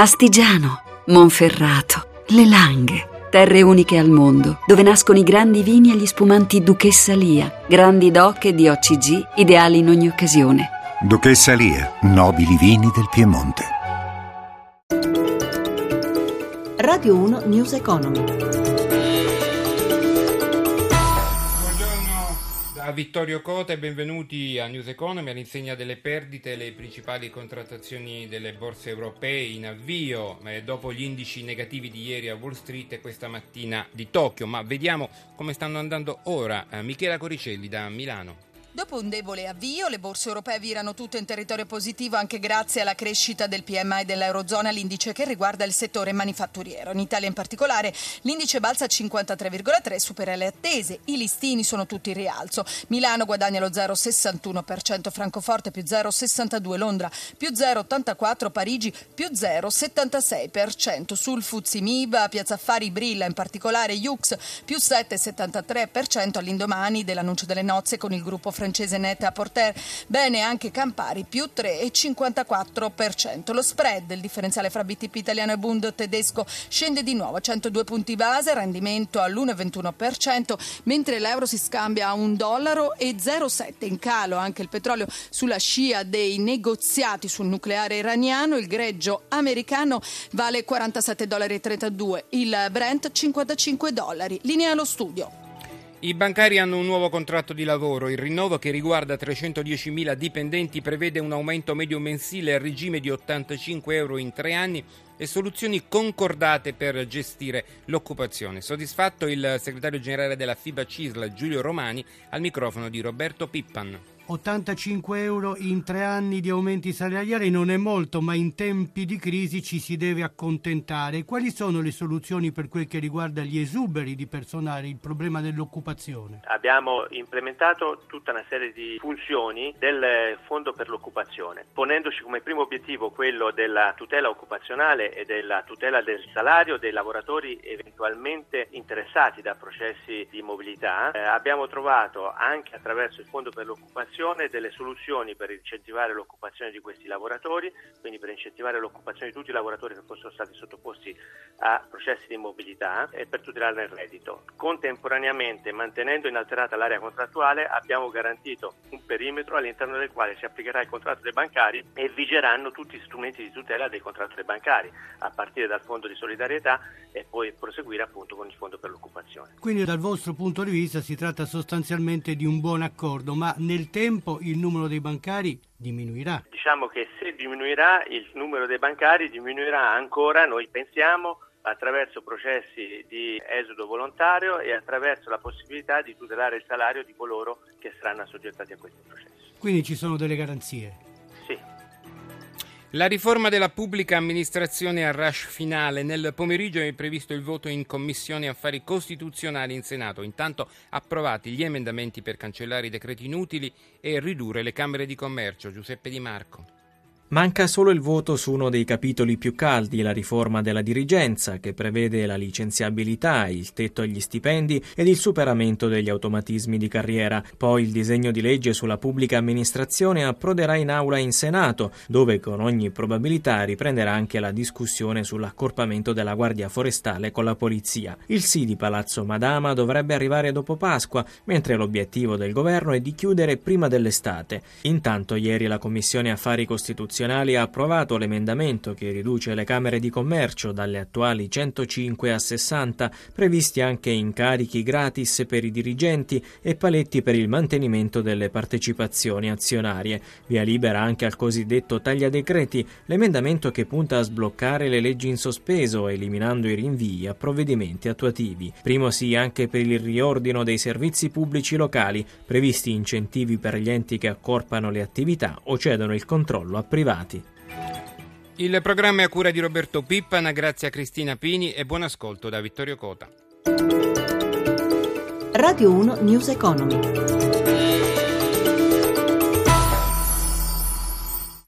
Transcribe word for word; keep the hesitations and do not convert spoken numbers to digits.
Astigiano, Monferrato, Le Langhe. Terre uniche al mondo, dove nascono i grandi vini e gli spumanti Duchessa Lia, grandi doc e D O C G, ideali in ogni occasione. Duchessa Lia, nobili vini del Piemonte. Radio uno News Economy. A Vittorio Cota e benvenuti a News Economy. All'insegna delle perdite le principali contrattazioni delle borse europee in avvio eh, dopo gli indici negativi di ieri a Wall Street e questa mattina di Tokyo, ma vediamo come stanno andando ora. eh, Michela Coricelli da Milano. Dopo un debole avvio, le borse europee virano tutte in territorio positivo anche grazie alla crescita del P M I dell'Eurozona, l'indice che riguarda il settore manifatturiero. In Italia in particolare l'indice balza a cinquantatré virgola tre, supera le attese. I listini sono tutti in rialzo. Milano guadagna lo zero virgola sessantuno per cento, Francoforte più zero virgola sessantadue, Londra più zero virgola ottantaquattro, Parigi più zero virgola settantasei per cento. Sul F T S E M I B, Piazza Affari brilla, in particolare Yux più sette virgola settantatré per cento all'indomani dell'annuncio delle nozze con il gruppo francese Net-a-Porter. Bene anche Campari più tre virgola cinquantaquattro per cento. Lo spread, il differenziale fra B T P italiano e Bund tedesco, scende di nuovo a centodue punti base, rendimento all'uno virgola ventuno per cento, mentre l'euro si scambia a un dollaro e zero virgola sette. In calo anche il petrolio sulla scia dei negoziati sul nucleare iraniano. Il greggio americano vale quarantasette virgola trentadue dollari, il Brent cinquantacinque dollari. Linea allo studio. I bancari hanno un nuovo contratto di lavoro. Il rinnovo, che riguarda trecentodiecimila dipendenti, prevede un aumento medio mensile a regime di ottantacinque euro in tre anni e soluzioni concordate per gestire l'occupazione. Soddisfatto il segretario generale della FIBA CISL, Giulio Romani, al microfono di Roberto Pippan. ottantacinque euro in tre anni di aumenti salariali non è molto, ma in tempi di crisi ci si deve accontentare. Quali sono le soluzioni per quel che riguarda gli esuberi di personale, il problema dell'occupazione? Abbiamo implementato tutta una serie di funzioni del Fondo per l'Occupazione, ponendoci come primo obiettivo quello della tutela occupazionale e della tutela del salario dei lavoratori eventualmente interessati da processi di mobilità. Eh, abbiamo trovato anche attraverso il Fondo per l'Occupazione delle soluzioni per incentivare l'occupazione di questi lavoratori, quindi per incentivare l'occupazione di tutti i lavoratori che fossero stati sottoposti a processi di mobilità e per tutelarne il reddito. Contemporaneamente, mantenendo inalterata l'area contrattuale, abbiamo garantito un perimetro all'interno del quale si applicherà il contratto dei bancari e vigeranno tutti gli strumenti di tutela del contratto dei bancari, a partire dal fondo di solidarietà e poi proseguire appunto con il fondo per l'occupazione. Quindi dal vostro punto di vista si tratta sostanzialmente di un buon accordo, ma nel tempo il numero dei bancari diminuirà. Diciamo che se diminuirà il numero dei bancari, diminuirà ancora, noi pensiamo, attraverso processi di esodo volontario e attraverso la possibilità di tutelare il salario di coloro che saranno assoggettati a questi processi. Quindi ci sono delle garanzie? Sì. La riforma della pubblica amministrazione al rush finale. Nel pomeriggio è previsto il voto in Commissione Affari Costituzionali in Senato. Intanto approvati gli emendamenti per cancellare i decreti inutili e ridurre le Camere di Commercio. Giuseppe Di Marco. Manca solo il voto su uno dei capitoli più caldi, la riforma della dirigenza, che prevede la licenziabilità, il tetto agli stipendi ed il superamento degli automatismi di carriera. Poi il disegno di legge sulla pubblica amministrazione approderà in aula in Senato, dove con ogni probabilità riprenderà anche la discussione sull'accorpamento della Guardia Forestale con la Polizia. Il sì di Palazzo Madama dovrebbe arrivare dopo Pasqua, mentre l'obiettivo del governo è di chiudere prima dell'estate. Intanto ieri la Commissione Affari Costituzionali ha approvato l'emendamento che riduce le Camere di Commercio dalle attuali centocinque a sessanta, previsti anche incarichi gratis per i dirigenti e paletti per il mantenimento delle partecipazioni azionarie. Via libera anche al cosiddetto tagliadecreti, l'emendamento che punta a sbloccare le leggi in sospeso, eliminando i rinvii a provvedimenti attuativi. Primo sì anche per il riordino dei servizi pubblici locali, previsti incentivi per gli enti che accorpano le attività o cedono il controllo a privati. Il programma è a cura di Roberto Pippan, grazie a Cristina Pini e buon ascolto da Vittorio Cota. Radio uno News Economy.